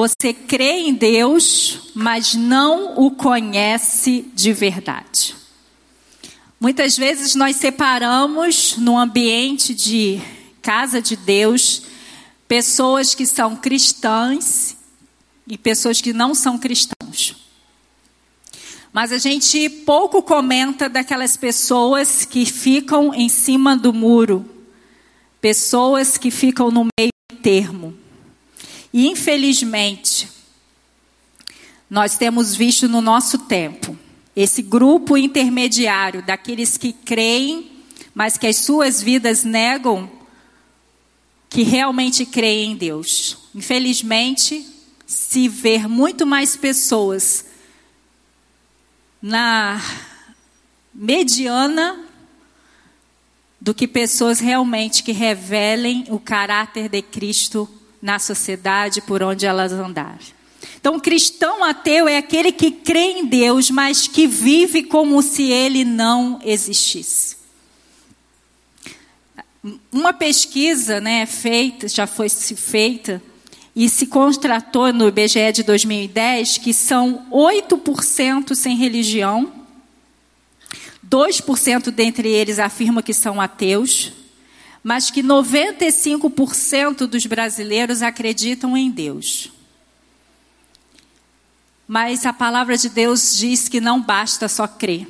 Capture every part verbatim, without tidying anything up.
você crê em Deus, mas não o conhece de verdade. Muitas vezes nós separamos no ambiente de casa de Deus pessoas que são cristãs e pessoas que não são cristãos. Mas a gente pouco comenta daquelas pessoas que ficam em cima do muro, pessoas que ficam no meio termo. E infelizmente, nós temos visto no nosso tempo esse grupo intermediário daqueles que creem, mas que as suas vidas negam que realmente creem em Deus. Infelizmente, se ver muito mais pessoas na mediana do que pessoas realmente que revelem o caráter de Cristo na sociedade por onde elas andarem. Então, o cristão ateu é aquele que crê em Deus, mas que vive como se ele não existisse. Uma pesquisa, né, feita, já foi feita, e se constatou no I B G E de dois mil e dez que são oito por cento sem religião, dois por cento dentre eles afirmam que são ateus, mas que noventa e cinco por cento dos brasileiros acreditam em Deus. Mas a palavra de Deus diz que não basta só crer.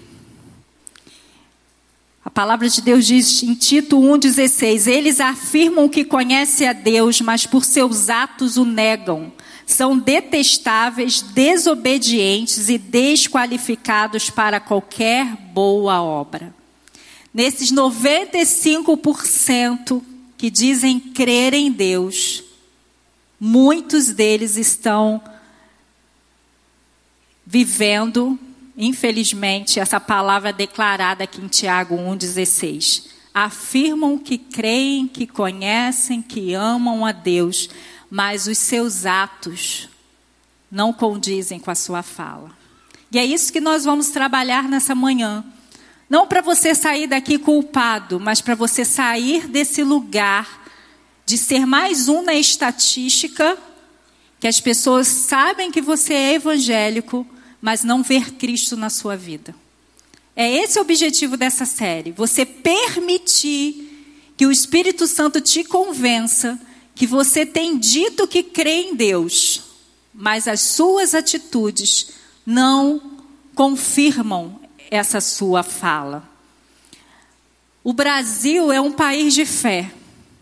A palavra de Deus diz em Tito um, dezesseis, eles afirmam que conhecem a Deus, mas por seus atos o negam. São detestáveis, desobedientes e desqualificados para qualquer boa obra. Nesses noventa e cinco por cento que dizem crer em Deus, muitos deles estão vivendo, infelizmente, essa palavra declarada aqui em Tiago um, dezesseis. Afirmam que creem, que conhecem, que amam a Deus, mas os seus atos não condizem com a sua fala. E é isso que nós vamos trabalhar nessa manhã. Não para você sair daqui culpado, mas para você sair desse lugar de ser mais um na estatística, que as pessoas sabem que você é evangélico, mas não ver Cristo na sua vida. É esse o objetivo dessa série. Você permitir que o Espírito Santo te convença que você tem dito que crê em Deus, mas as suas atitudes não confirmam essa sua fala. O Brasil é um país de fé.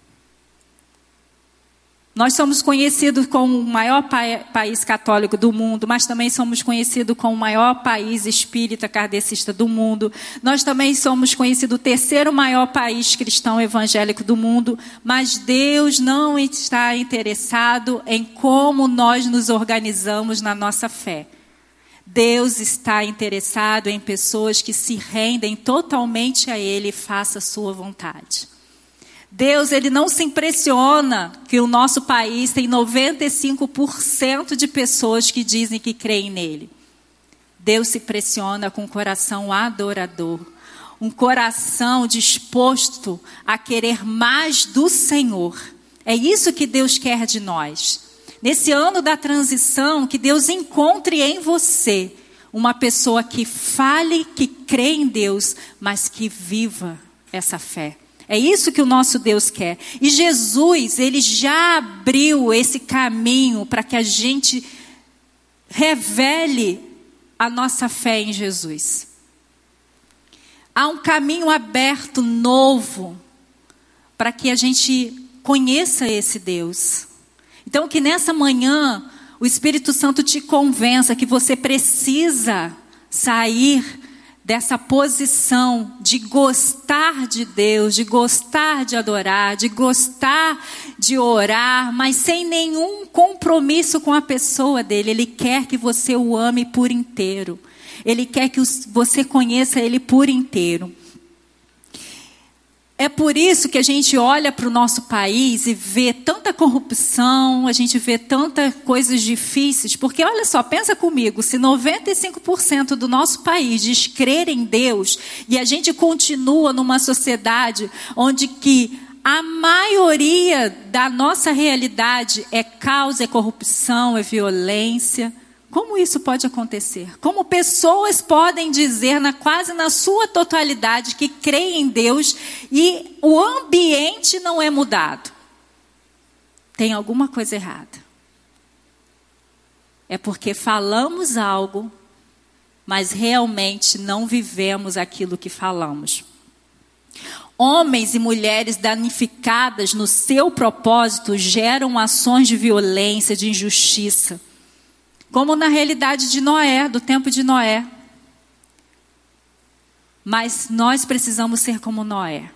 Nós somos conhecidos como o maior pa- país católico do mundo, mas também somos conhecidos como o maior país espírita kardecista do mundo. Nós também somos conhecidos o terceiro maior país cristão evangélico do mundo, mas Deus não está interessado em como nós nos organizamos na nossa fé. Deus está interessado em pessoas que se rendem totalmente a Ele e façam a sua vontade. Deus, Ele não se impressiona que o nosso país tem noventa e cinco por cento de pessoas que dizem que creem nele. Deus se impressiona com um coração adorador, um coração disposto a querer mais do Senhor. É isso que Deus quer de nós. Nesse ano da transição, que Deus encontre em você uma pessoa que fale, que crê em Deus, mas que viva essa fé. É isso que o nosso Deus quer. E Jesus, Ele já abriu esse caminho para que a gente revele a nossa fé em Jesus. Há um caminho aberto, novo, para que a gente conheça esse Deus. Então, que nessa manhã, o Espírito Santo te convença que você precisa sair dessa posição de gostar de Deus, de gostar de adorar, de gostar de orar, mas sem nenhum compromisso com a pessoa dele. Ele quer que você o ame por inteiro. Ele quer que você conheça ele por inteiro. É por isso que a gente olha para o nosso país e vê tanta corrupção, a gente vê tantas coisas difíceis, porque olha só, pensa comigo, se noventa e cinco por cento do nosso país diz crer em Deus, e a gente continua numa sociedade onde que a maioria da nossa realidade é caos, é corrupção, é violência. Como isso pode acontecer? Como pessoas podem dizer, na, quase na sua totalidade, que creem em Deus e o ambiente não é mudado? Tem alguma coisa errada. É porque falamos algo, mas realmente não vivemos aquilo que falamos. Homens e mulheres danificadas no seu propósito geram ações de violência, de injustiça. Como na realidade de Noé, do tempo de Noé. Mas nós precisamos ser como Noé.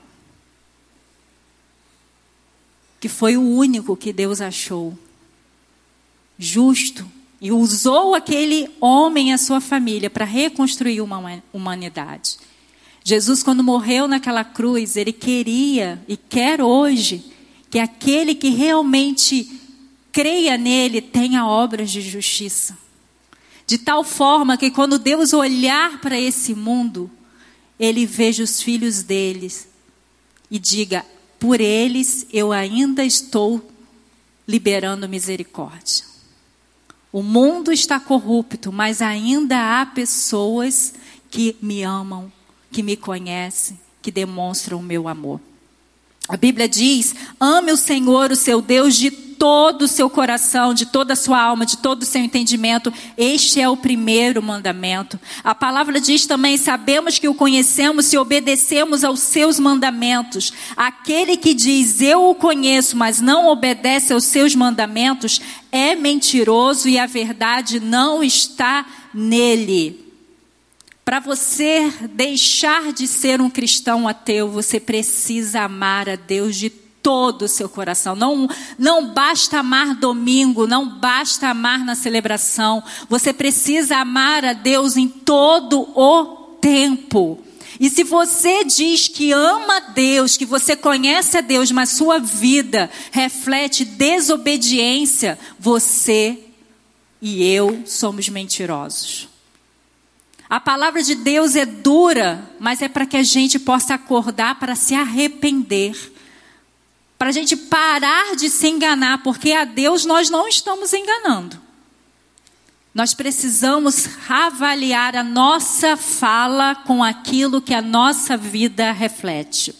Que foi o único que Deus achou justo. E usou aquele homem e a sua família para reconstruir uma humanidade. Jesus, quando morreu naquela cruz, ele queria e quer hoje que aquele que realmente creia nele tenha obras de justiça. De tal forma que quando Deus olhar para esse mundo, ele veja os filhos deles e diga, por eles eu ainda estou liberando misericórdia. O mundo está corrupto, mas ainda há pessoas que me amam, que me conhecem, que demonstram o meu amor. A Bíblia diz, ame o Senhor, o seu Deus, de todo o seu coração, de toda a sua alma, de todo o seu entendimento. Este é o primeiro mandamento. A palavra diz também, sabemos que o conhecemos se obedecemos aos seus mandamentos. Aquele que diz, eu o conheço, mas não obedece aos seus mandamentos, é mentiroso e a verdade não está nele. Para você deixar de ser um cristão ateu, você precisa amar a Deus de todo o seu coração. Não, não basta amar domingo, não basta amar na celebração. Você precisa amar a Deus em todo o tempo. E se você diz que ama a Deus, que você conhece a Deus, mas sua vida reflete desobediência, você e eu somos mentirosos. A palavra de Deus é dura, mas é para que a gente possa acordar para se arrepender. Para a gente parar de se enganar, porque a Deus nós não estamos enganando. Nós precisamos avaliar a nossa fala com aquilo que a nossa vida reflete.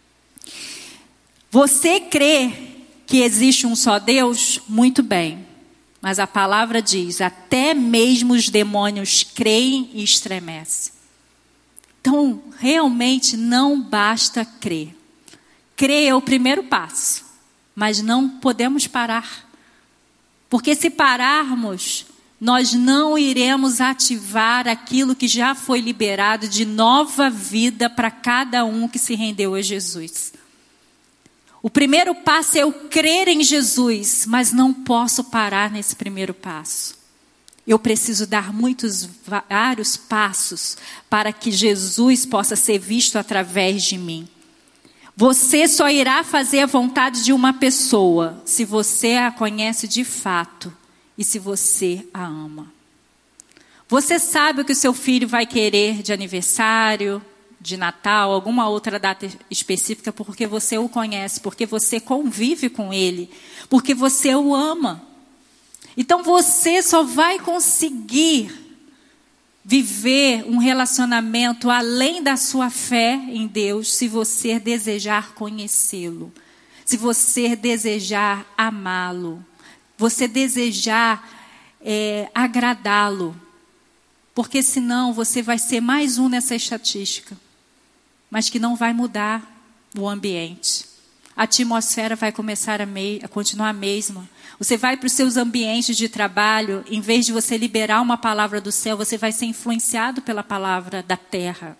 Você crê que existe um só Deus? Muito bem. Mas a palavra diz, até mesmo os demônios creem e estremecem. Então, realmente não basta crer. Crer é o primeiro passo, mas não podemos parar. Porque se pararmos, nós não iremos ativar aquilo que já foi liberado de nova vida para cada um que se rendeu a Jesus. O primeiro passo é eu crer em Jesus, mas não posso parar nesse primeiro passo. Eu preciso dar muitos, vários passos para que Jesus possa ser visto através de mim. Você só irá fazer a vontade de uma pessoa se você a conhece de fato e se você a ama. Você sabe o que o seu filho vai querer de aniversário, de Natal, alguma outra data específica, porque você o conhece, porque você convive com ele, porque você o ama. Então você só vai conseguir viver um relacionamento além da sua fé em Deus se você desejar conhecê-lo, se você desejar amá-lo, você desejar é, agradá-lo, porque senão você vai ser mais um nessa estatística, mas que não vai mudar o ambiente. A atmosfera vai começar a, me, a continuar a mesma. Você vai para os seus ambientes de trabalho, em vez de você liberar uma palavra do céu, você vai ser influenciado pela palavra da terra.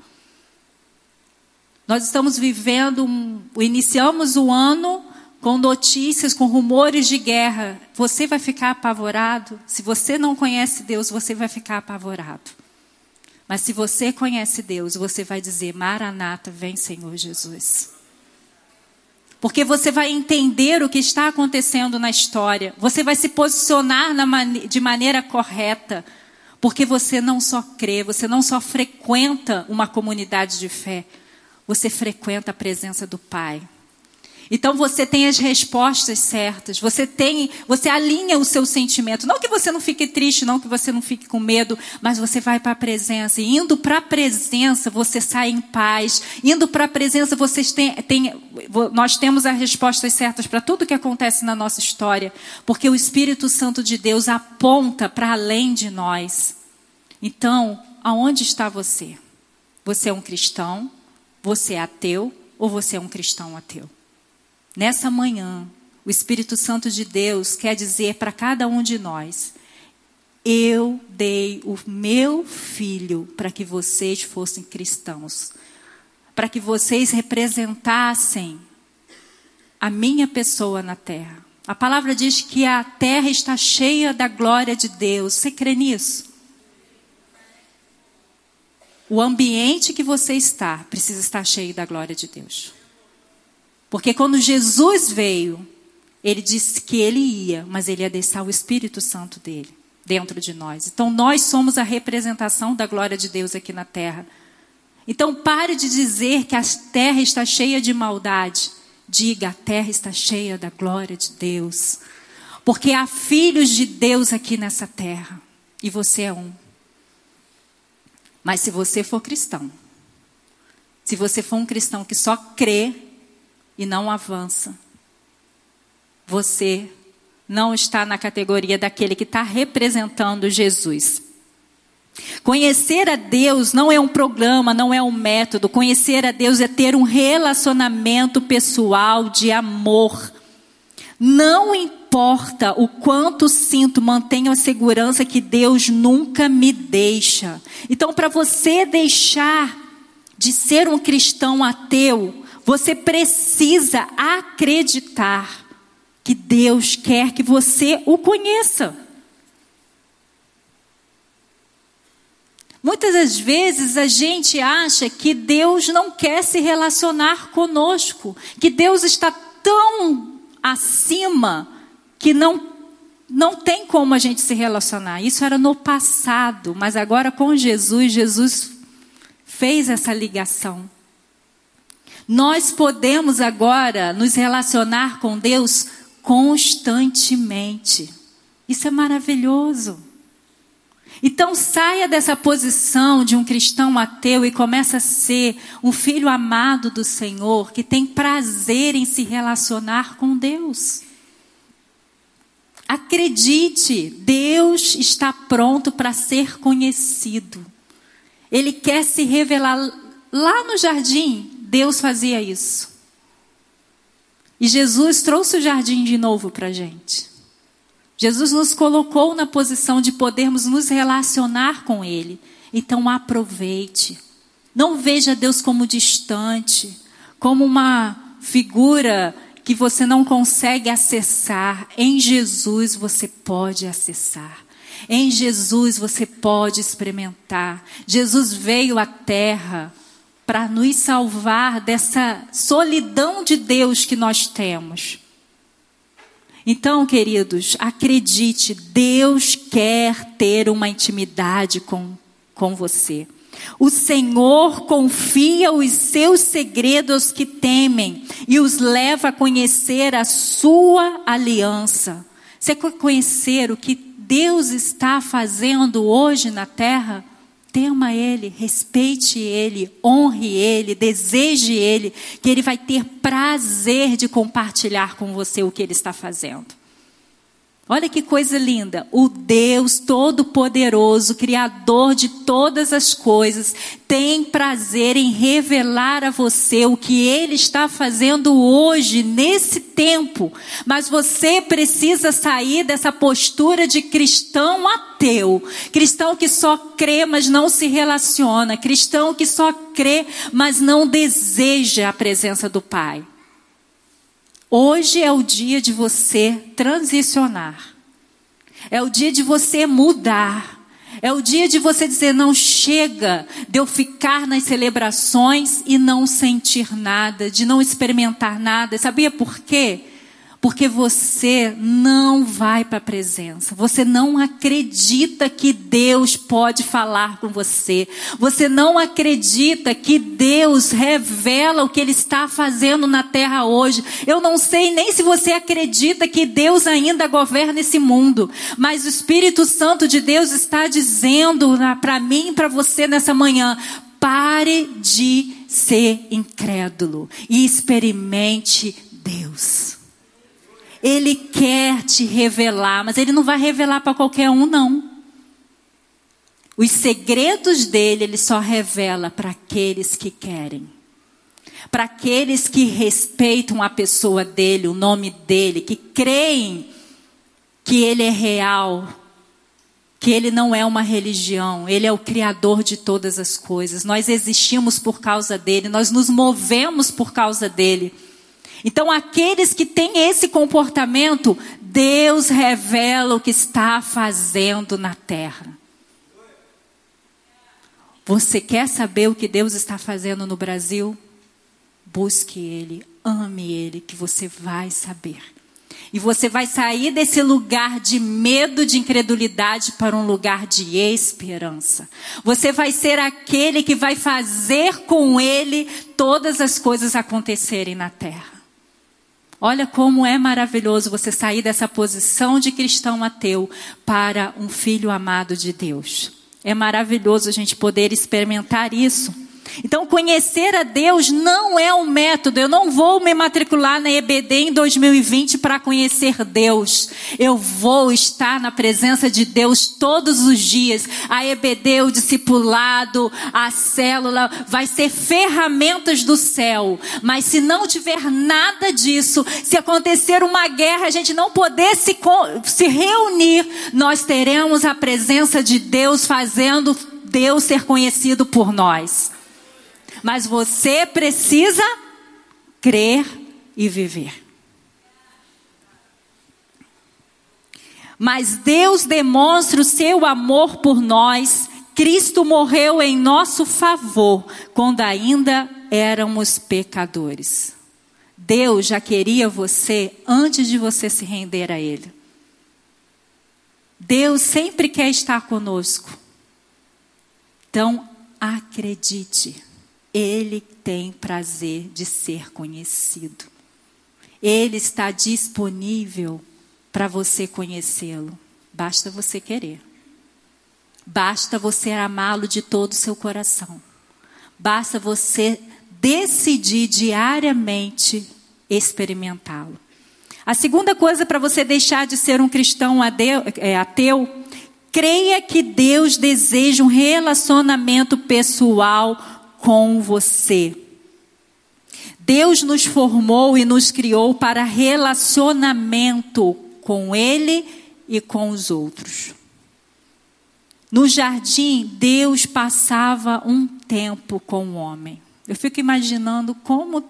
Nós estamos vivendo, um, iniciamos o ano com notícias, com rumores de guerra. Você vai ficar apavorado? Se você não conhece Deus, você vai ficar apavorado. Mas se você conhece Deus, você vai dizer, Maranata, vem Senhor Jesus. Porque você vai entender o que está acontecendo na história. Você vai se posicionar na man- de maneira correta. Porque você não só crê, você não só frequenta uma comunidade de fé. Você frequenta a presença do Pai. Então você tem as respostas certas, você tem, você alinha o seu sentimento. Não que você não fique triste, não que você não fique com medo, mas você vai para a presença. E indo para a presença, você sai em paz. Indo para a presença, vocês têm, têm, nós temos as respostas certas para tudo que acontece na nossa história. Porque o Espírito Santo de Deus aponta para além de nós. Então, aonde está você? Você é um cristão? Você é ateu? Ou você é um cristão ateu? Nessa manhã, o Espírito Santo de Deus quer dizer para cada um de nós: eu dei o meu filho para que vocês fossem cristãos, para que vocês representassem a minha pessoa na terra. A palavra diz que a terra está cheia da glória de Deus. Você crê nisso? O ambiente que você está precisa estar cheio da glória de Deus. Porque quando Jesus veio, ele disse que ele ia, mas ele ia deixar o Espírito Santo dele dentro de nós. Então nós somos a representação da glória de Deus aqui na terra. Então pare de dizer que a terra está cheia de maldade. Diga, a terra está cheia da glória de Deus. Porque há filhos de Deus aqui nessa terra. E você é um. Mas se você for cristão, se você for um cristão que só crê e não avança, você não está na categoria daquele que está representando Jesus. Conhecer a Deus não é um programa, não é um método. Conhecer a Deus é ter um relacionamento pessoal de amor. Não importa o quanto sinto, mantenho a segurança que Deus nunca me deixa. Então, para você deixar de ser um cristão ateu, você precisa acreditar que Deus quer que você o conheça. Muitas das vezes a gente acha que Deus não quer se relacionar conosco, que Deus está tão acima que não, não tem como a gente se relacionar. Isso era no passado, mas agora com Jesus, Jesus fez essa ligação. Nós podemos agora nos relacionar com Deus constantemente. Isso é maravilhoso. Então saia dessa posição de um cristão ateu e comece a ser um filho amado do Senhor, que tem prazer em se relacionar com Deus. Acredite, Deus está pronto para ser conhecido. Ele quer se revelar. Lá no jardim, Deus fazia isso. E Jesus trouxe o jardim de novo para a gente. Jesus nos colocou na posição de podermos nos relacionar com Ele. Então aproveite. Não veja Deus como distante, como uma figura que você não consegue acessar. Em Jesus você pode acessar. Em Jesus você pode experimentar. Jesus veio à terra para nos salvar dessa solidão de Deus que nós temos. Então, queridos, acredite, Deus quer ter uma intimidade com, com você. O Senhor confia os seus segredos aos que temem e os leva a conhecer a sua aliança. Você quer conhecer o que Deus está fazendo hoje na terra? Tema Ele, respeite Ele, honre Ele, deseje Ele, que Ele vai ter prazer de compartilhar com você o que Ele está fazendo. Olha que coisa linda, o Deus Todo-Poderoso, Criador de todas as coisas, tem prazer em revelar a você o que Ele está fazendo hoje, nesse tempo. Mas você precisa sair dessa postura de cristão ateu, cristão que só crê, mas não se relaciona, cristão que só crê, mas não deseja a presença do Pai. Hoje é o dia de você transicionar. É o dia de você mudar. É o dia de você dizer, não chega de eu ficar nas celebrações e não sentir nada, de não experimentar nada. Sabia por quê? Porque você não vai para a presença. Você não acredita que Deus pode falar com você. Você não acredita que Deus revela o que Ele está fazendo na terra hoje. Eu não sei nem se você acredita que Deus ainda governa esse mundo. Mas o Espírito Santo de Deus está dizendo para mim e para você nessa manhã: pare de ser incrédulo e experimente Deus. Ele quer te revelar, mas Ele não vai revelar para qualquer um, não. Os segredos dele, Ele só revela para aqueles que querem. Para aqueles que respeitam a pessoa dele, o nome dele, que creem que Ele é real, que Ele não é uma religião, Ele é o Criador de todas as coisas. Nós existimos por causa dele, nós nos movemos por causa dele. Então, aqueles que têm esse comportamento, Deus revela o que está fazendo na terra. Você quer saber o que Deus está fazendo no Brasil? Busque Ele, ame Ele, que você vai saber. E você vai sair desse lugar de medo, de incredulidade, para um lugar de esperança. Você vai ser aquele que vai fazer com Ele todas as coisas acontecerem na terra. Olha como é maravilhoso você sair dessa posição de cristão ateu para um filho amado de Deus. É maravilhoso a gente poder experimentar isso. Então, conhecer a Deus não é um método. Eu não vou me matricular na E B D em dois mil e vinte para conhecer Deus. Eu vou estar na presença de Deus todos os dias. A E B D, o discipulado, a célula, vai ser ferramentas do céu. Mas se não tiver nada disso, se acontecer uma guerra, a gente não poder se, se reunir, nós teremos a presença de Deus fazendo Deus ser conhecido por nós. Mas você precisa crer e viver. Mas Deus demonstra o seu amor por nós. Cristo morreu em nosso favor quando ainda éramos pecadores. Deus já queria você antes de você se render a Ele. Deus sempre quer estar conosco. Então, acredite. Ele tem prazer de ser conhecido. Ele está disponível para você conhecê-lo. Basta você querer. Basta você amá-lo de todo o seu coração. Basta você decidir diariamente experimentá-lo. A segunda coisa para você deixar de ser um cristão ateu, creia que Deus deseja um relacionamento pessoal com você. Deus nos formou e nos criou para relacionamento com Ele e com os outros. No jardim, Deus passava um tempo com o homem. Eu fico imaginando como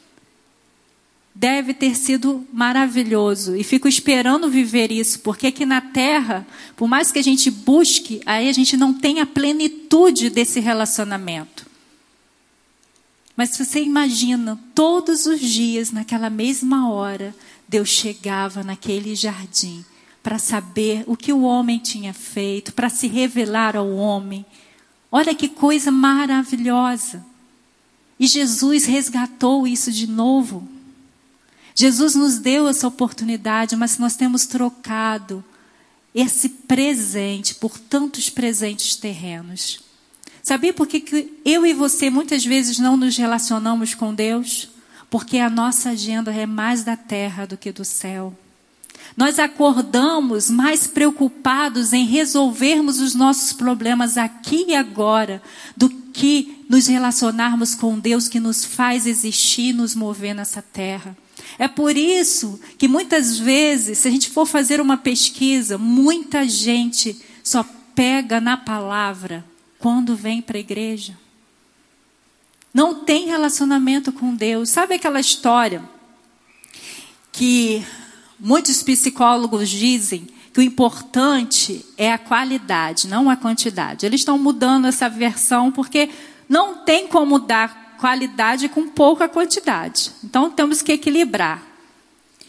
deve ter sido maravilhoso. E fico esperando viver isso, porque aqui na terra, por mais que a gente busque, aí a gente não tem a plenitude desse relacionamento. Mas se você imagina, todos os dias, naquela mesma hora, Deus chegava naquele jardim para saber o que o homem tinha feito, para se revelar ao homem. Olha que coisa maravilhosa. E Jesus resgatou isso de novo. Jesus nos deu essa oportunidade, mas nós temos trocado esse presente por tantos presentes terrenos. Sabia por que que eu e você muitas vezes não nos relacionamos com Deus? Porque a nossa agenda é mais da terra do que do céu. Nós acordamos mais preocupados em resolvermos os nossos problemas aqui e agora do que nos relacionarmos com Deus que nos faz existir e nos mover nessa terra. É por isso que muitas vezes, se a gente for fazer uma pesquisa, muita gente só pega na palavra quando vem para a igreja. Não tem relacionamento com Deus. Sabe aquela história que muitos psicólogos dizem que o importante é a qualidade, não a quantidade. Eles estão mudando essa versão porque não tem como dar qualidade com pouca quantidade. Então temos que equilibrar.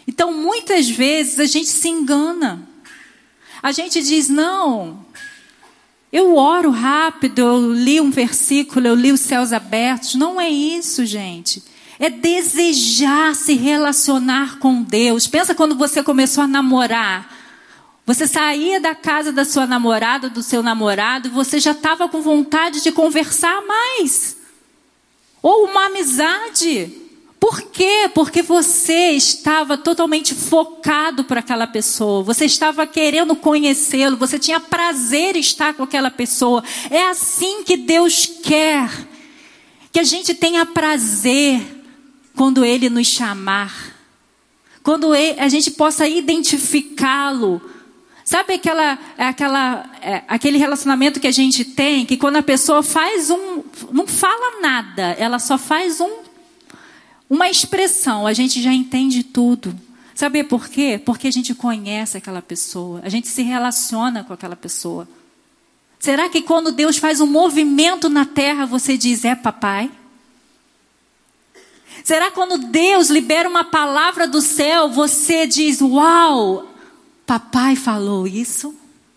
Então, muitas vezes, a gente se engana. A gente diz, não, eu oro rápido, eu li um versículo, eu li os céus abertos. Não é isso, gente. É desejar se relacionar com Deus. Pensa quando você começou a namorar. Você saía da casa da sua namorada, do seu namorado, e você já estava com vontade de conversar mais. Ou uma amizade. Por quê? Porque você estava totalmente focado para aquela pessoa. Você estava querendo conhecê-lo. Você tinha prazer em estar com aquela pessoa. É assim que Deus quer. Que a gente tenha prazer quando Ele nos chamar. Quando ele, a gente possa identificá-lo. Sabe aquela, aquela, é, aquele relacionamento que a gente tem, que quando a pessoa faz um, não fala nada, ela só faz um, uma expressão, a gente já entende tudo. Sabe por quê? Porque a gente conhece aquela pessoa, a gente se relaciona com aquela pessoa. Será que quando Deus faz um movimento na terra, você diz, é papai? Será que quando Deus libera uma palavra do céu, você diz, uau, papai falou isso?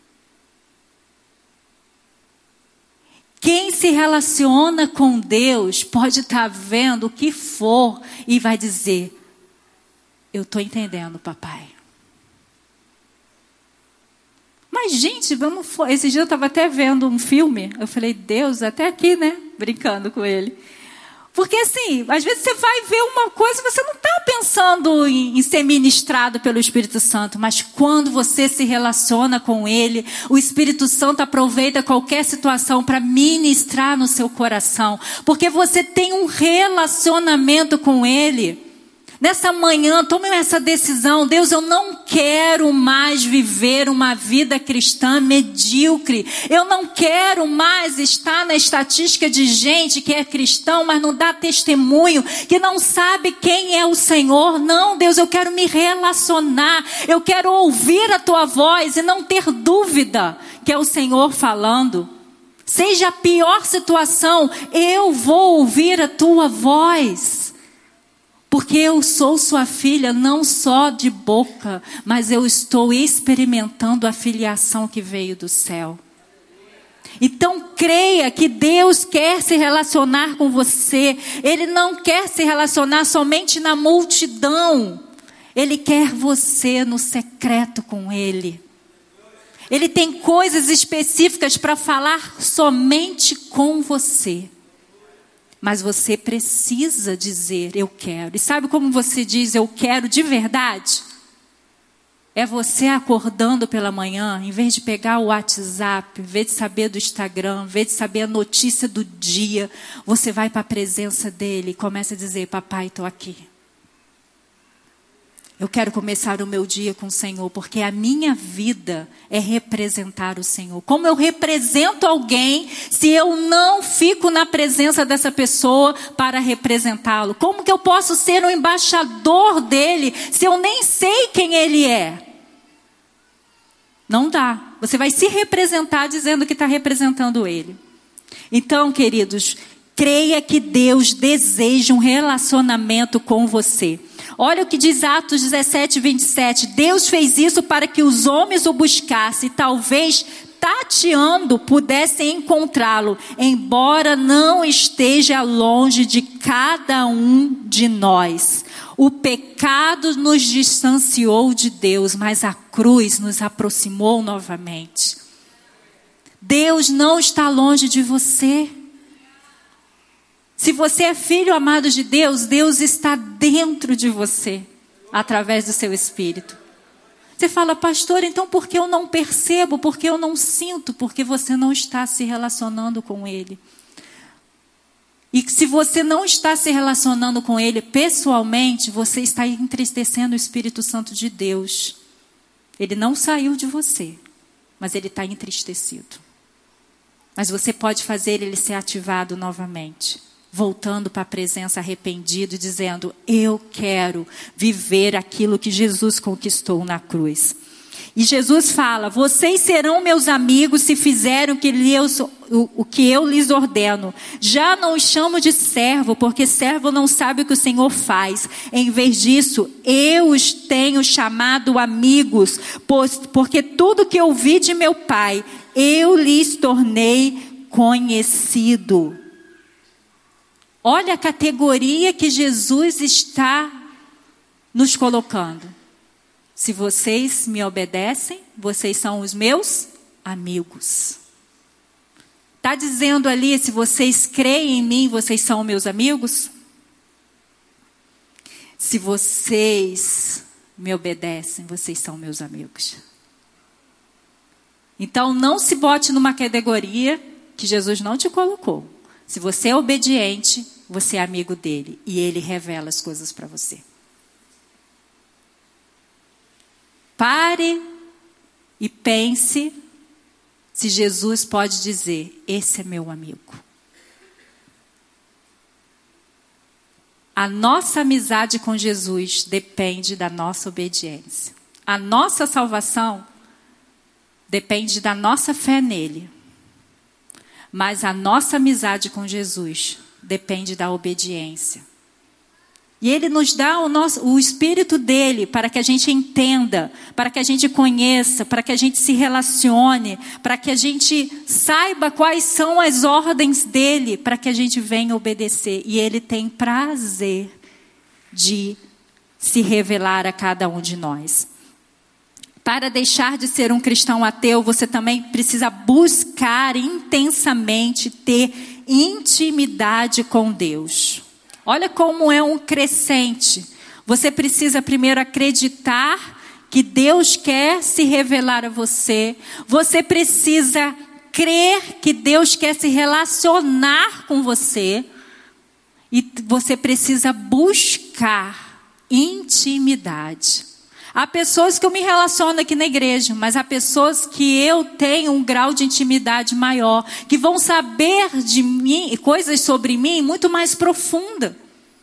Quem se relaciona com Deus pode estar vendo o que for e vai dizer, eu estou entendendo, papai. Mas, gente, vamos... Esse dia eu estava até vendo um filme, eu falei, Deus, até aqui, né? Brincando com ele. Porque assim, às vezes você vai ver uma coisa e você não está pensando em, em ser ministrado pelo Espírito Santo. Mas quando você se relaciona com Ele, o Espírito Santo aproveita qualquer situação para ministrar no seu coração. Porque você tem um relacionamento com Ele. Nessa manhã, tome essa decisão. Deus, eu não quero mais viver uma vida cristã medíocre. Eu não quero mais estar na estatística de gente que é cristão, mas não dá testemunho, que não sabe quem é o Senhor. Não, Deus, eu quero me relacionar. Eu quero ouvir a tua voz e não ter dúvida que é o Senhor falando. Seja a pior situação, eu vou ouvir a tua voz. Porque eu sou sua filha, não só de boca, mas eu estou experimentando a filiação que veio do céu. Então creia que Deus quer se relacionar com você. Ele não quer se relacionar somente na multidão. Ele quer você no secreto com Ele. Ele tem coisas específicas para falar somente com você. Mas você precisa dizer, eu quero. E sabe como você diz, eu quero de verdade? É você acordando pela manhã, em vez de pegar o WhatsApp, em vez de saber do Instagram, em vez de saber a notícia do dia, você vai para a presença dele e começa a dizer, papai, estou aqui. Eu quero começar o meu dia com o Senhor, porque a minha vida é representar o Senhor. Como eu represento alguém se eu não fico na presença dessa pessoa para representá-lo? Como que eu posso ser um embaixador dele se eu nem sei quem ele é? Não dá. Você vai se representar dizendo que está representando ele. Então, queridos, creia que Deus deseja um relacionamento com você. Olha o que diz Atos dezessete, vinte e sete. Deus fez isso para que os homens o buscassem. Talvez, tateando, pudessem encontrá-lo. Embora não esteja longe de cada um de nós. O pecado nos distanciou de Deus, mas a cruz nos aproximou novamente. Deus não está longe de você. Se você é filho amado de Deus, Deus está dentro de você, através do seu Espírito. Você fala, pastor, então por que eu não percebo? Por que eu não sinto? Porque você não está se relacionando com Ele. E se você não está se relacionando com Ele pessoalmente, você está entristecendo o Espírito Santo de Deus. Ele não saiu de você, mas Ele está entristecido. Mas você pode fazer Ele ser ativado novamente. Voltando para a presença arrependido, dizendo, eu quero viver aquilo que Jesus conquistou na cruz. E Jesus fala: vocês serão meus amigos se fizerem o que, lhes, o, o que eu lhes ordeno. Já não os chamo de servo, porque servo não sabe o que o Senhor faz. Em vez disso, eu os tenho chamado amigos, pois, porque tudo que ouvi de meu Pai, eu lhes tornei conhecido. Olha a categoria que Jesus está nos colocando. Se vocês me obedecem, vocês são os meus amigos. Está dizendo ali, se vocês creem em mim, vocês são meus amigos? Se vocês me obedecem, vocês são meus amigos. Então não se bote numa categoria que Jesus não te colocou. Se você é obediente, você é amigo dele e ele revela as coisas para você. Pare e pense se Jesus pode dizer: esse é meu amigo. A nossa amizade com Jesus depende da nossa obediência. A nossa salvação depende da nossa fé nele. Mas a nossa amizade com Jesus depende da obediência. E ele nos dá o, nosso, o Espírito dele para que a gente entenda, para que a gente conheça, para que a gente se relacione, para que a gente saiba quais são as ordens dele, para que a gente venha obedecer. E ele tem prazer de se revelar a cada um de nós. Para deixar de ser um cristão ateu, você também precisa buscar intensamente ter intimidade com Deus. Olha como é um crescente. Você precisa primeiro acreditar que Deus quer se revelar a você. Você precisa crer que Deus quer se relacionar com você. E você precisa buscar intimidade. Há pessoas que eu me relaciono aqui na igreja, mas há pessoas que eu tenho um grau de intimidade maior, que vão saber de mim, coisas sobre mim muito mais profunda.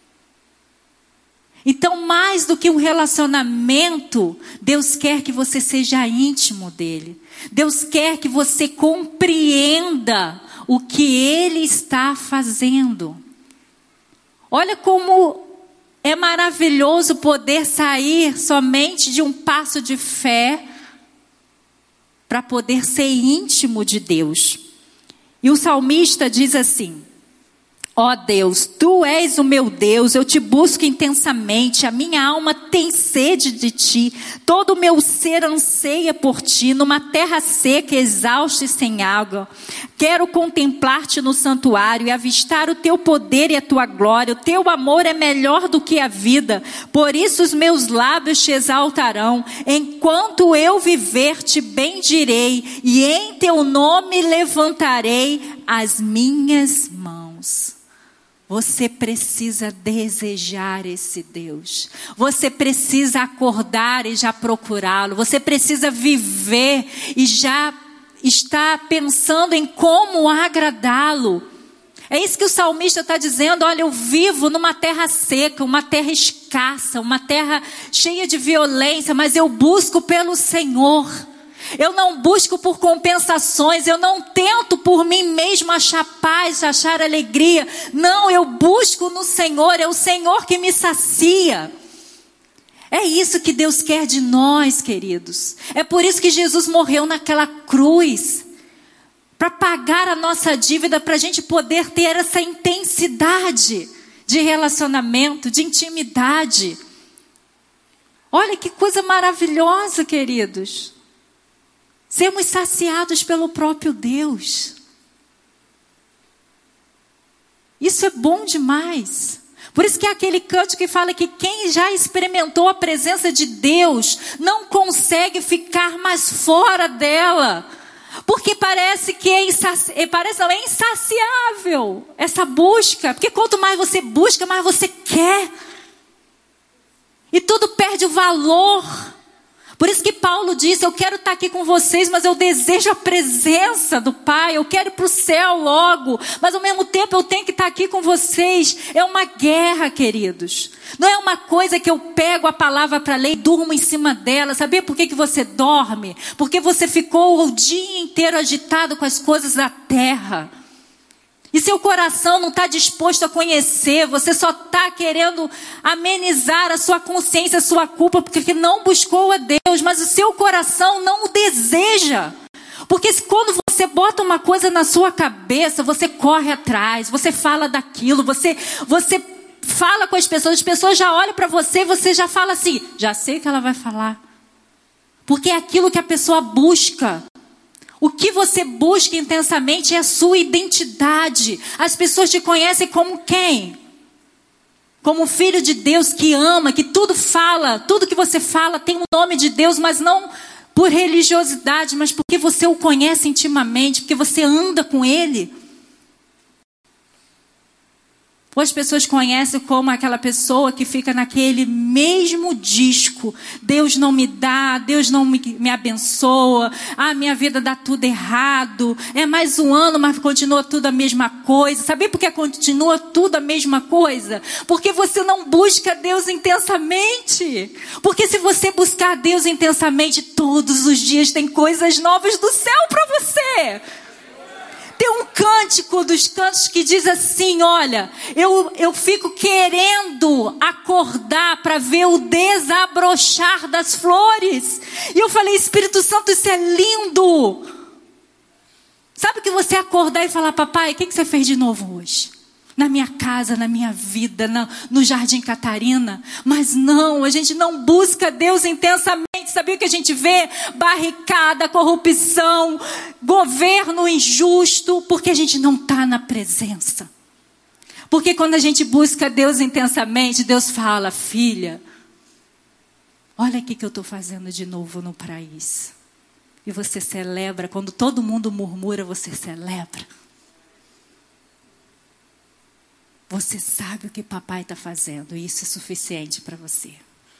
Então, mais do que um relacionamento, Deus quer que você seja íntimo dele. Deus quer que você compreenda o que ele está fazendo. Olha como é maravilhoso poder sair somente de um passo de fé para poder ser íntimo de Deus. E o salmista diz assim: ó Deus, tu és o meu Deus, eu te busco intensamente, a minha alma tem sede de ti, todo o meu ser anseia por ti, numa terra seca, exausta e sem água. Quero contemplar-te no santuário e avistar o teu poder e a tua glória. O teu amor é melhor do que a vida, por isso os meus lábios te exaltarão. Enquanto eu viver, te bendirei e em teu nome levantarei as minhas mãos. Você precisa desejar esse Deus. Você precisa acordar e já procurá-lo. Você precisa viver e já estar pensando em como agradá-lo. É isso que o salmista está dizendo. Olha, eu vivo numa terra seca, uma terra escassa, uma terra cheia de violência, mas eu busco pelo Senhor. Eu não busco por compensações, eu não tento por mim mesmo achar paz, achar alegria. Não, eu busco no Senhor, é o Senhor que me sacia. É isso que Deus quer de nós, queridos. É por isso que Jesus morreu naquela cruz. Para pagar a nossa dívida, para a gente poder ter essa intensidade de relacionamento, de intimidade. Olha que coisa maravilhosa, queridos. Sermos saciados pelo próprio Deus. Isso é bom demais. Por isso que é aquele canto que fala que quem já experimentou a presença de Deus não consegue ficar mais fora dela. Porque parece que é, insaci... parece, não, é insaciável essa busca. Porque quanto mais você busca, mais você quer. E tudo perde o valor. Por isso que Paulo disse, eu quero estar aqui com vocês, mas eu desejo a presença do Pai, eu quero ir para o céu logo, mas ao mesmo tempo eu tenho que estar aqui com vocês. É uma guerra, queridos. Não é uma coisa que eu pego a palavra para ler e durmo em cima dela. Sabia por que que você dorme? Porque você ficou o dia inteiro agitado com as coisas da terra. E seu coração não está disposto a conhecer, você só está querendo amenizar a sua consciência, a sua culpa, porque não buscou a Deus, mas o seu coração não o deseja. Porque quando você bota uma coisa na sua cabeça, você corre atrás, você fala daquilo, você, você fala com as pessoas, as pessoas já olham para você e você já fala assim, já sei o que ela vai falar. Porque é aquilo que a pessoa busca. O que você busca intensamente é a sua identidade. As pessoas te conhecem como quem? Como filho de Deus que ama, que tudo fala, tudo que você fala tem o nome de Deus, mas não por religiosidade, mas porque você o conhece intimamente, porque você anda com Ele. Ou as pessoas conhecem como aquela pessoa que fica naquele mesmo disco. Deus não me dá, Deus não me, me abençoa. Ah, minha vida dá tudo errado. É mais um ano, mas continua tudo a mesma coisa. Sabe por que continua tudo a mesma coisa? Porque você não busca Deus intensamente. Porque se você buscar Deus intensamente, todos os dias tem coisas novas do céu para você. Tem um cântico dos cantos que diz assim, olha, eu, eu fico querendo acordar para ver o desabrochar das flores. E eu falei, Espírito Santo, isso é lindo. Sabe o que você acordar e falar, papai, o que, que você fez de novo hoje? Na minha casa, na minha vida, na, no Jardim Catarina. Mas não, a gente não busca Deus intensamente. Sabia o que a gente vê? Barricada, corrupção, governo injusto, porque a gente não está na presença. Porque quando a gente busca Deus intensamente, Deus fala, filha, olha o que eu estou fazendo de novo no país. E você celebra, quando todo mundo murmura, você celebra. Você sabe o que papai está fazendo, e isso é suficiente para você.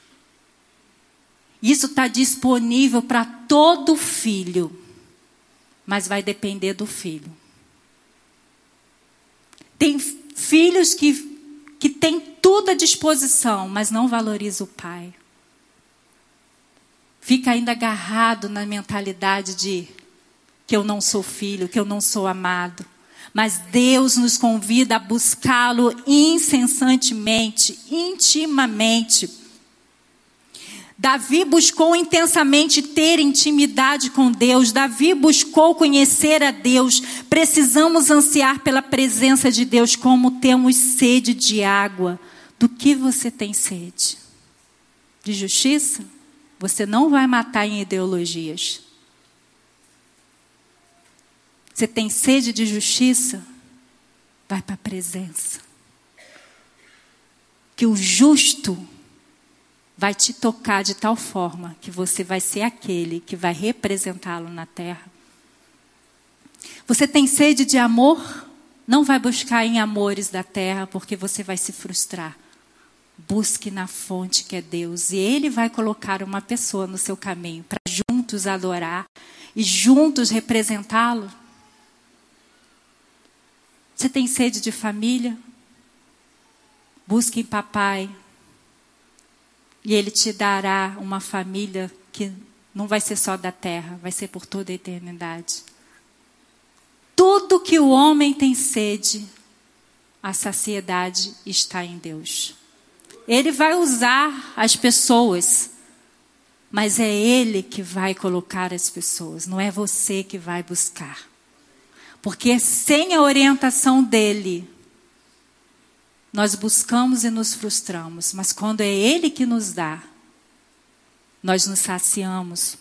Isso está disponível para todo filho, mas vai depender do filho. Tem filhos que, que têm tudo à disposição, mas não valorizam o pai. Fica ainda agarrado na mentalidade de que eu não sou filho, que eu não sou amado. Mas Deus nos convida a buscá-lo incessantemente, intimamente. Davi buscou intensamente ter intimidade com Deus. Davi buscou conhecer a Deus. Precisamos ansiar pela presença de Deus como temos sede de água. Do que você tem sede? De justiça? Você não vai matar em ideologias. Você tem sede de justiça? Vai para a presença. Que o justo vai te tocar de tal forma que você vai ser aquele que vai representá-lo na terra. Você tem sede de amor? Não vai buscar em amores da terra, porque você vai se frustrar. Busque na fonte que é Deus. E Ele vai colocar uma pessoa no seu caminho para juntos adorar e juntos representá-lo. Você tem sede de família? Busque em papai. E Ele te dará uma família que não vai ser só da terra, vai ser por toda a eternidade. Tudo que o homem tem sede, a saciedade está em Deus. Ele vai usar as pessoas, mas é Ele que vai colocar as pessoas, não é você que vai buscar. Porque sem a orientação dEle, nós buscamos e nos frustramos, mas quando é Ele que nos dá, nós nos saciamos.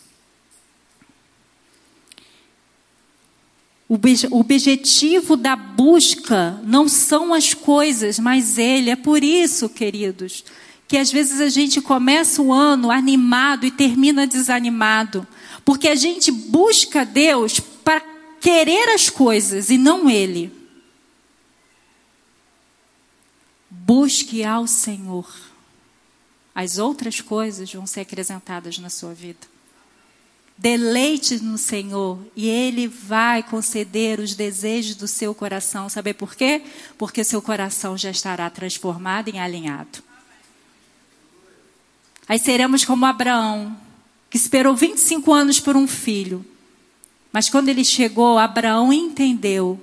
O objetivo da busca não são as coisas, mas Ele. É por isso, queridos, que às vezes a gente começa o ano animado e termina desanimado. Porque a gente busca Deus para querer as coisas e não Ele. Busque ao Senhor as outras coisas vão ser acrescentadas na sua vida. Deleite no Senhor e Ele vai conceder os desejos do seu coração. Sabe por quê? Porque seu coração já estará transformado e alinhado. Aí seremos como Abraão, que esperou vinte e cinco anos por um filho. Mas quando ele chegou, Abraão entendeu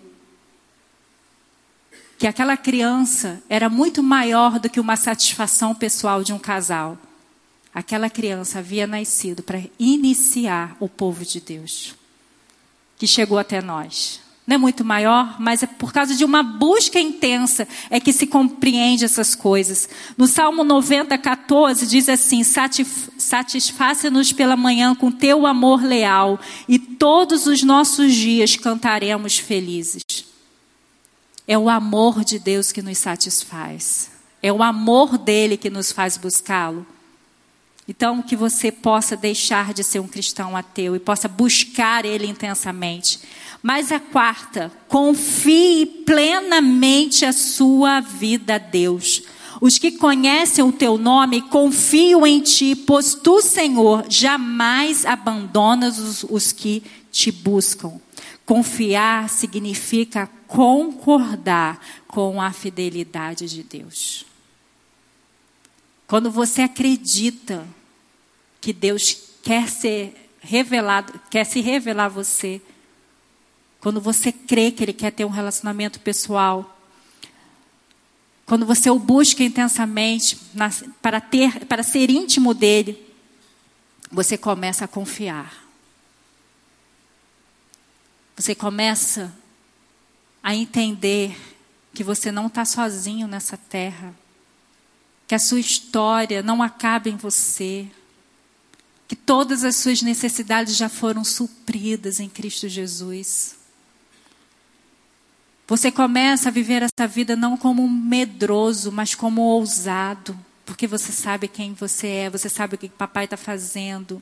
que aquela criança era muito maior do que uma satisfação pessoal de um casal. Aquela criança havia nascido para iniciar o povo de Deus, que chegou até nós. Não é muito maior, mas é por causa de uma busca intensa é que se compreende essas coisas. No Salmo noventa, quatorze, diz assim: satisfaça-nos pela manhã com teu amor leal, e todos os nossos dias cantaremos felizes. É o amor de Deus que nos satisfaz. É o amor dele que nos faz buscá-lo. Então, que você possa deixar de ser um cristão ateu e possa buscar ele intensamente. Mas a quarta, confie plenamente a sua vida a Deus. Os que conhecem o teu nome confiam em ti, pois tu, Senhor, jamais abandonas os, os que te buscam. Confiar significa concordar com a fidelidade de Deus. Quando você acredita que Deus quer ser revelado, quer se revelar a você, quando você crê que Ele quer ter um relacionamento pessoal, quando você o busca intensamente na, para, ter, para ser íntimo dEle, você começa a confiar. Você começa a entender que você não está sozinho nessa terra, que a sua história não acaba em você, que todas as suas necessidades já foram supridas em Cristo Jesus. Você começa a viver essa vida não como um medroso, mas como um ousado, porque você sabe quem você é, você sabe o que o papai está fazendo.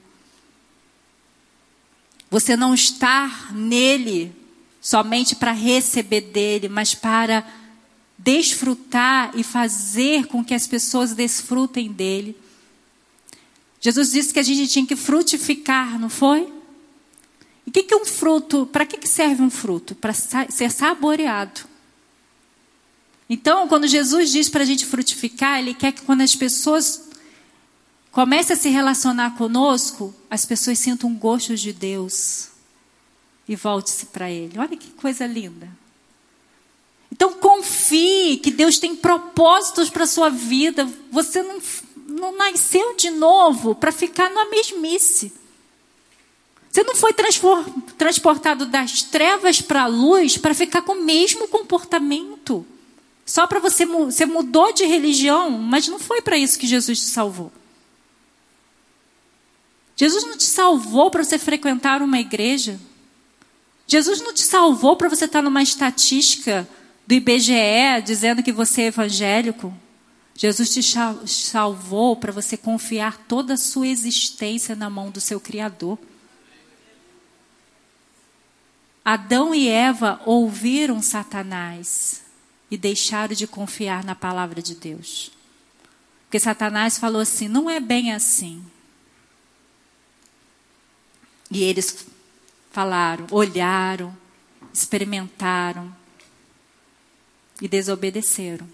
Você não está nele somente para receber dele, mas para desfrutar e fazer com que as pessoas desfrutem dele. Jesus disse que a gente tinha que frutificar, não foi? E o que, que é um fruto? Para que, que serve um fruto? Para ser saboreado. Então, quando Jesus diz para a gente frutificar, Ele quer que quando as pessoas comecem a se relacionar conosco, as pessoas sintam um gosto de Deus e volte-se para Ele. Olha que coisa linda. Então, confie que Deus tem propósitos para a sua vida. Você não, não nasceu de novo para ficar na mesmice. Você não foi transportado das trevas para a luz para ficar com o mesmo comportamento. Só para você, você mudou de religião, mas não foi para isso que Jesus te salvou. Jesus não te salvou para você frequentar uma igreja. Jesus não te salvou para você estar numa estatística do I B G E dizendo que você é evangélico. Jesus te salvou para você confiar toda a sua existência na mão do seu Criador. Adão e Eva ouviram Satanás e deixaram de confiar na palavra de Deus. Porque Satanás falou assim: não é bem assim. E eles falaram, olharam, experimentaram e desobedeceram.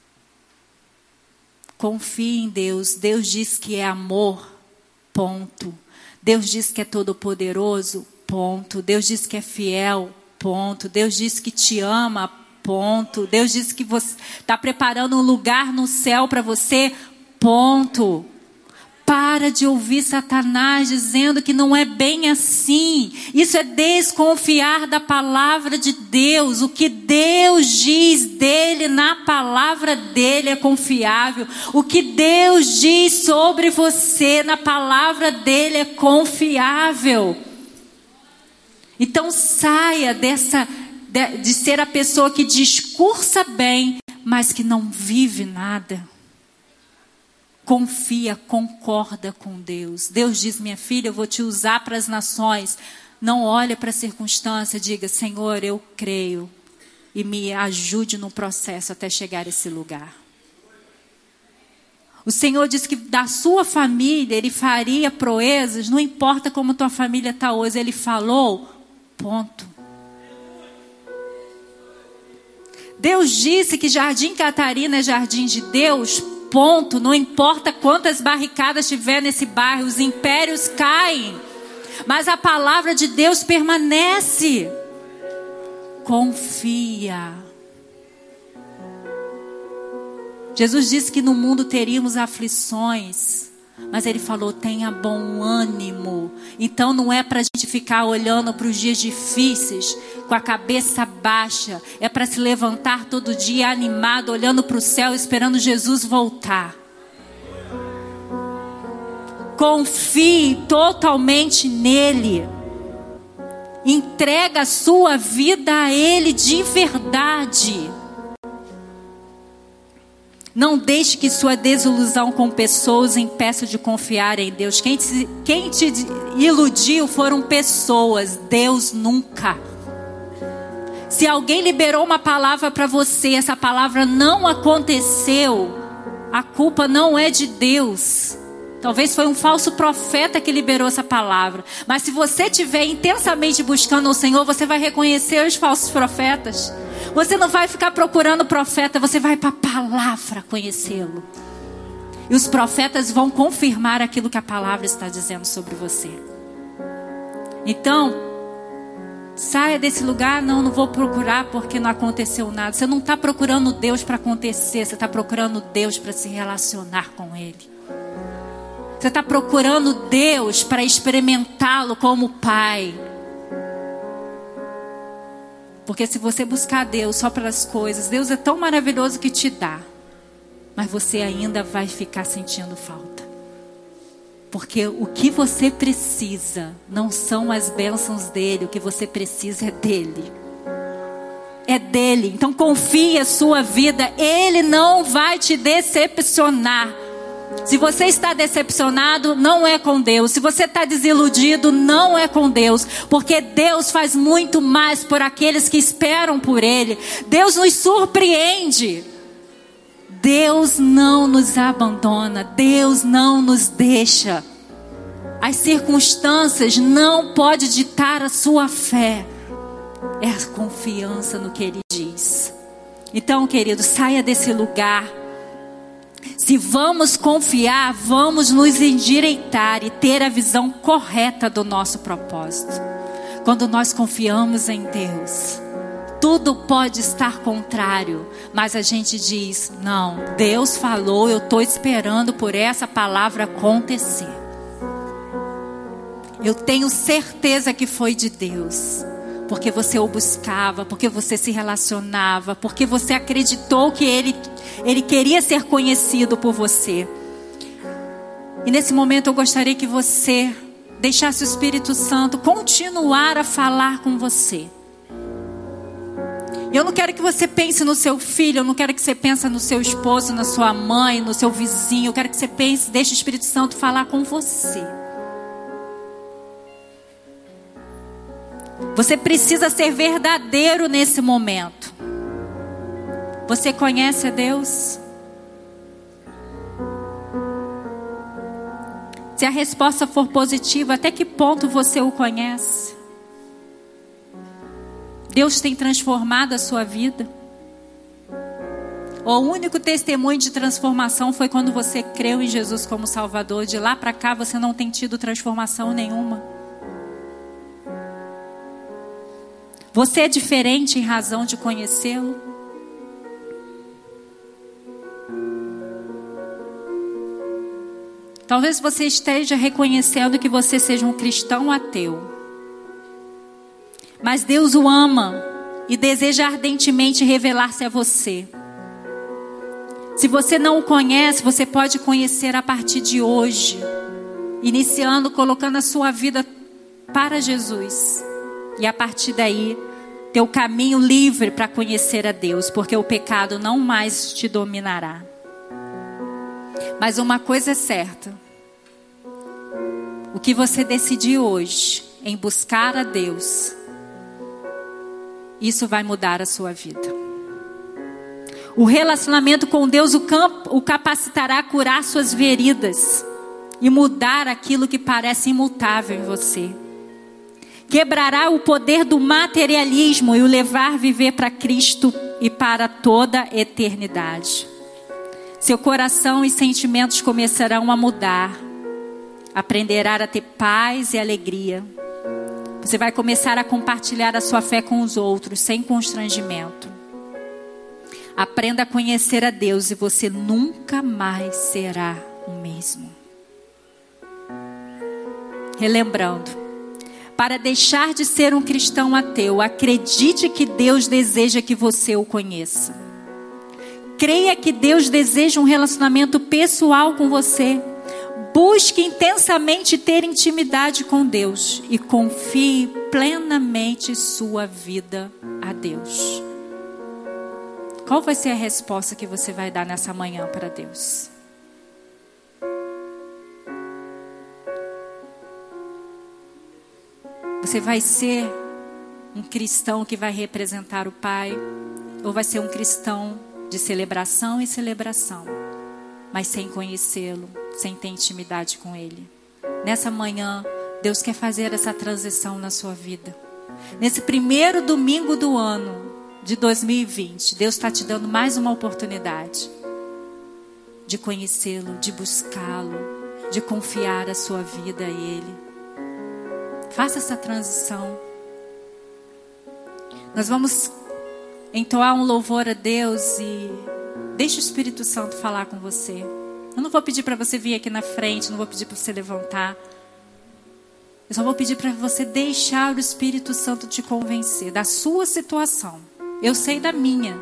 Confie em Deus. Deus diz que é amor, ponto. Deus diz que é todo-poderoso, ponto. Deus diz que é fiel, ponto. Deus diz que te ama, ponto. Deus diz que você está preparando um lugar no céu para você, ponto. Para de ouvir Satanás dizendo que não é bem assim. Isso é desconfiar da palavra de Deus. O que Deus diz dele na palavra dele é confiável. O que Deus diz sobre você na palavra dele é confiável. Então saia dessa, de, de ser a pessoa que discursa bem, mas que não vive nada. Confia, concorda com Deus. Deus diz: minha filha, eu vou te usar para as nações. Não olhe para a circunstância, diga: Senhor, eu creio. E me ajude no processo até chegar a esse lugar. O Senhor disse que da sua família Ele faria proezas, não importa como tua família está hoje. Ele falou, ponto. Deus disse que Jardim Catarina é jardim de Deus, ponto. Não importa quantas barricadas tiver nesse bairro, os impérios caem, mas a palavra de Deus permanece. Confia. Jesus disse que no mundo teríamos aflições, mas Ele falou, tenha bom ânimo. Então não é para a gente ficar olhando para os dias difíceis com a cabeça baixa. É para se levantar todo dia animado, olhando para o céu, esperando Jesus voltar. Confie totalmente nele. Entrega a sua vida a Ele de verdade. Não deixe que sua desilusão com pessoas impeça de confiar em Deus. Quem te, quem te iludiu foram pessoas, Deus nunca. Se alguém liberou uma palavra para você, essa palavra não aconteceu, a culpa não é de Deus. Talvez foi um falso profeta que liberou essa palavra. Mas se você estiver intensamente buscando o Senhor, você vai reconhecer os falsos profetas. Você não vai ficar procurando profeta, você vai para a palavra conhecê-lo. E os profetas vão confirmar aquilo que a palavra está dizendo sobre você. Então, saia desse lugar, não, não vou procurar porque não aconteceu nada. Você não está procurando Deus para acontecer, você está procurando Deus para se relacionar com Ele. Você está procurando Deus para experimentá-lo como Pai. Porque se você buscar Deus só para as coisas, Deus é tão maravilhoso que te dá, mas você ainda vai ficar sentindo falta. Porque o que você precisa não são as bênçãos dele, o que você precisa é dele. É dele. Então confie a sua vida, ele não vai te decepcionar. Se você está decepcionado, não é com Deus. Se você está desiludido, não é com Deus. Porque Deus faz muito mais por aqueles que esperam por Ele. Deus nos surpreende. Deus não nos abandona. Deus não nos deixa. As circunstâncias não podem ditar a sua fé. É a confiança no que Ele diz. Então, querido, saia desse lugar. Se vamos confiar, vamos nos endireitar e ter a visão correta do nosso propósito. Quando nós confiamos em Deus, tudo pode estar contrário, mas a gente diz, não, Deus falou, eu estou esperando por essa palavra acontecer. Eu tenho certeza que foi de Deus. Porque você o buscava, porque você se relacionava, porque você acreditou que ele, ele queria ser conhecido por você. E nesse momento eu gostaria que você deixasse o Espírito Santo continuar a falar com você. Eu não quero que você pense no seu filho, eu não quero que você pense no seu esposo, na sua mãe, no seu vizinho. Eu quero que você pense, deixe o Espírito Santo falar com você. Você precisa ser verdadeiro nesse momento. Você conhece a Deus? Se a resposta for positiva, até que ponto você o conhece? Deus tem transformado a sua vida? O único testemunho de transformação foi quando você creu em Jesus como Salvador. De lá para cá você não tem tido transformação nenhuma. Você é diferente em razão de conhecê-lo? Talvez você esteja reconhecendo que você seja um cristão ateu. Mas Deus o ama e deseja ardentemente revelar-se a você. Se você não o conhece, você pode conhecer a partir de hoje. Iniciando, colocando a sua vida para Jesus. E a partir daí, ter o caminho livre para conhecer a Deus. Porque o pecado não mais te dominará. Mas uma coisa é certa. O que você decidir hoje em buscar a Deus, isso vai mudar a sua vida. O relacionamento com Deus o, campo, o capacitará a curar suas feridas e mudar aquilo que parece imutável em você. Quebrará o poder do materialismo e o levar a viver para Cristo e para toda a eternidade. Seu coração e sentimentos começarão a mudar. Aprenderá a ter paz e alegria. Você vai começar a compartilhar a sua fé com os outros, sem constrangimento. Aprenda a conhecer a Deus e você nunca mais será o mesmo. Relembrando, para deixar de ser um cristão ateu, acredite que Deus deseja que você o conheça. Creia que Deus deseja um relacionamento pessoal com você. Busque intensamente ter intimidade com Deus e confie plenamente sua vida a Deus. Qual vai ser a resposta que você vai dar nessa manhã para Deus? Você vai ser um cristão que vai representar o Pai? Ou vai ser um cristão de celebração e celebração, mas sem conhecê-lo, sem ter intimidade com Ele? Nessa manhã, Deus quer fazer essa transição na sua vida. Nesse primeiro domingo do ano de dois mil e vinte, Deus está te dando mais uma oportunidade de conhecê-lo, de buscá-lo, de confiar a sua vida a Ele. Faça essa transição. Nós vamos entoar um louvor a Deus e deixe o Espírito Santo falar com você. Eu não vou pedir para você vir aqui na frente, não vou pedir para você levantar. Eu só vou pedir para você deixar o Espírito Santo te convencer da sua situação. Eu sei da minha.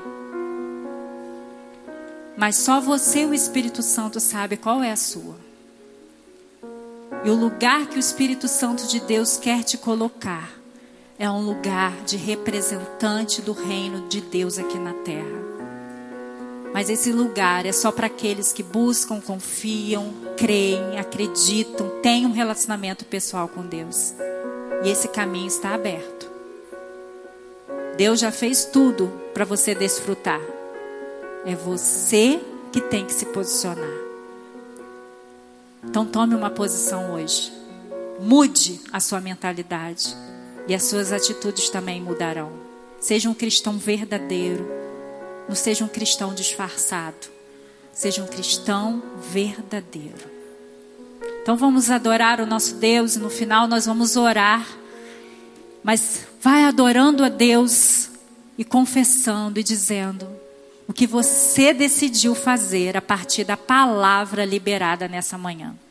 Mas só você e o Espírito Santo sabe qual é a sua. E o lugar que o Espírito Santo de Deus quer te colocar é um lugar de representante do reino de Deus aqui na terra. Mas esse lugar é só para aqueles que buscam, confiam, creem, acreditam, têm um relacionamento pessoal com Deus. E esse caminho está aberto. Deus já fez tudo para você desfrutar. É você que tem que se posicionar. Então tome uma posição hoje. Mude a sua mentalidade. E as suas atitudes também mudarão. Seja um cristão verdadeiro. Não seja um cristão disfarçado. Seja um cristão verdadeiro. Então vamos adorar o nosso Deus. E no final nós vamos orar. Mas vai adorando a Deus. E confessando e dizendo o que você decidiu fazer a partir da palavra liberada nessa manhã.